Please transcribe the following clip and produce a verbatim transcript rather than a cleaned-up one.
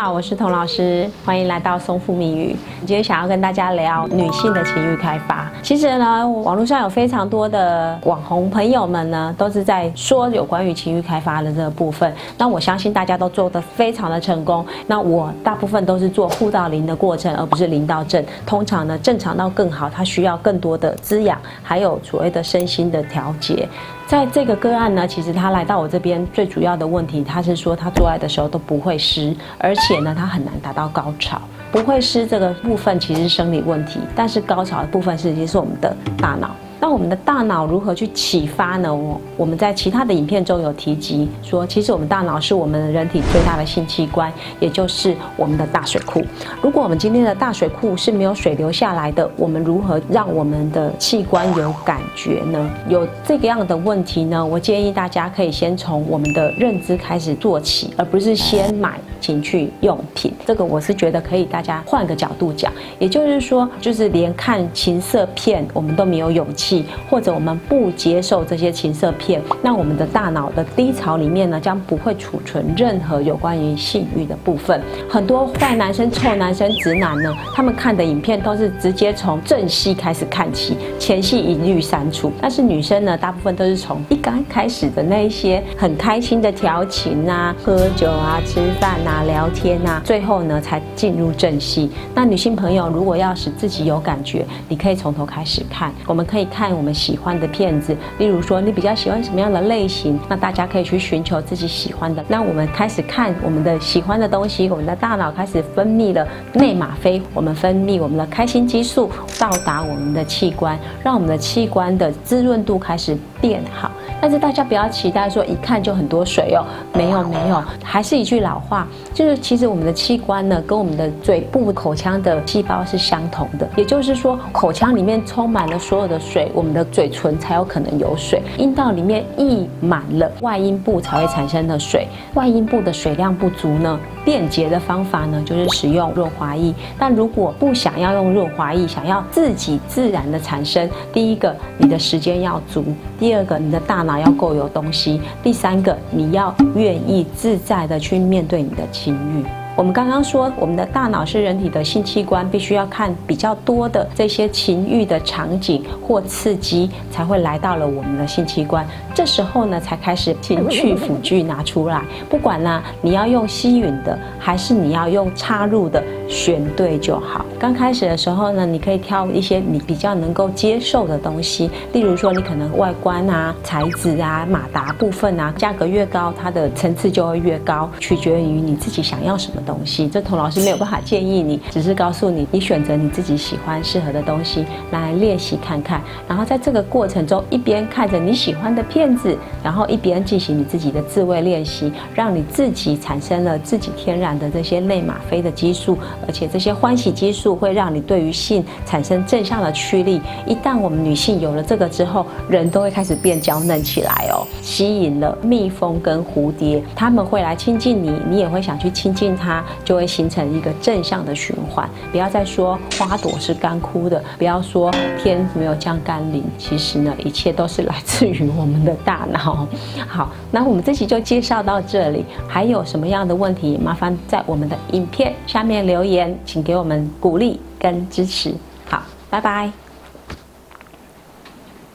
好，我是童老师，欢迎来到松富密语。今天想要跟大家聊女性的情欲开发。其实呢，网络上有非常多的网红朋友们呢，都是在说有关于情欲开发的这个部分。那我相信大家都做得非常的成功。那我大部分都是做负到零的过程，而不是零到正。通常呢，正常到更好，它需要更多的滋养，还有所谓的身心的调节。在这个个案呢，其实他来到我这边最主要的问题，他是说他做爱的时候都不会湿，而且呢，他很难达到高潮。不会湿这个部分其实是生理问题，但是高潮的部分实际是我们的大脑。那我们的大脑如何去启发呢？我我们在其他的影片中有提及说，其实我们大脑是我们人体最大的性器官，也就是我们的大水库。如果我们今天的大水库是没有水流下来的，我们如何让我们的器官有感觉呢？有这个样的问题呢，我建议大家可以先从我们的认知开始做起，而不是先买情趣用品。这个我是觉得可以大家换个角度讲，也就是说，就是连看情色片我们都没有勇气，或者我们不接受这些情色片，那我们的大脑的低潮里面呢，将不会储存任何有关于性欲的部分。很多坏男生、臭男生、直男呢，他们看的影片都是直接从正戏开始看起，前戏一律删除。但是女生呢，大部分都是从一刚开始的那一些很开心的调情啊、喝酒啊、吃饭啊、聊天啊，最后呢才进入正戏。那女性朋友如果要使自己有感觉，你可以从头开始看，我们可以看我们喜欢的片子，例如说你比较喜欢什么样的类型，那大家可以去寻求自己喜欢的。那我们开始看我们的喜欢的东西，我们的大脑开始分泌了内吗啡，我们分泌我们的开心激素到达我们的器官，让我们的器官的滋润度开始变好。但是大家不要期待说一看就很多水哦，没有没有，还是一句老话，就是其实我们的器官呢，跟我们的嘴部口腔的细胞是相同的，也就是说口腔里面充满了所有的水，我们的嘴唇才有可能有水，阴道里面溢满了，外阴部才会产生的水。外阴部的水量不足呢，便捷的方法呢就是使用润滑液。但如果不想要用润滑液，想要自己自然的产生，第一个你的时间要足，第二个你的大脑要够有东西，第三个你要愿意自在的去面对你的情欲。我们刚刚说，我们的大脑是人体的性器官，必须要看比较多的这些情欲的场景或刺激，才会来到了我们的性器官。这时候呢，才开始情趣辅具拿出来。不管呢，你要用吸吮的，还是你要用插入的，选对就好。刚开始的时候呢，你可以挑一些你比较能够接受的东西，例如说，你可能外观啊、材质啊、马达部分啊，价格越高，它的层次就会越高，取决于你自己想要什么东西。这童老师没有办法建议你，只是告诉你，你选择你自己喜欢适合的东西来练习看看。然后在这个过程中，一边看着你喜欢的片子，然后一边进行你自己的自慰练习，让你自己产生了自己天然的这些内吗啡的激素，而且这些欢喜激素会让你对于性产生正向的驱力。一旦我们女性有了这个之后，人都会开始变娇嫩起来哦，吸引了蜜蜂跟蝴蝶，他们会来亲近你，你也会想去亲近它，就会形成一个正向的循环。不要再说花朵是干枯的，不要说天没有降甘霖，其实呢，一切都是来自于我们的大脑。好，那我们这期就介绍到这里，还有什么样的问题，麻烦在我们的影片下面留言，请给我们鼓励跟支持。好，拜拜。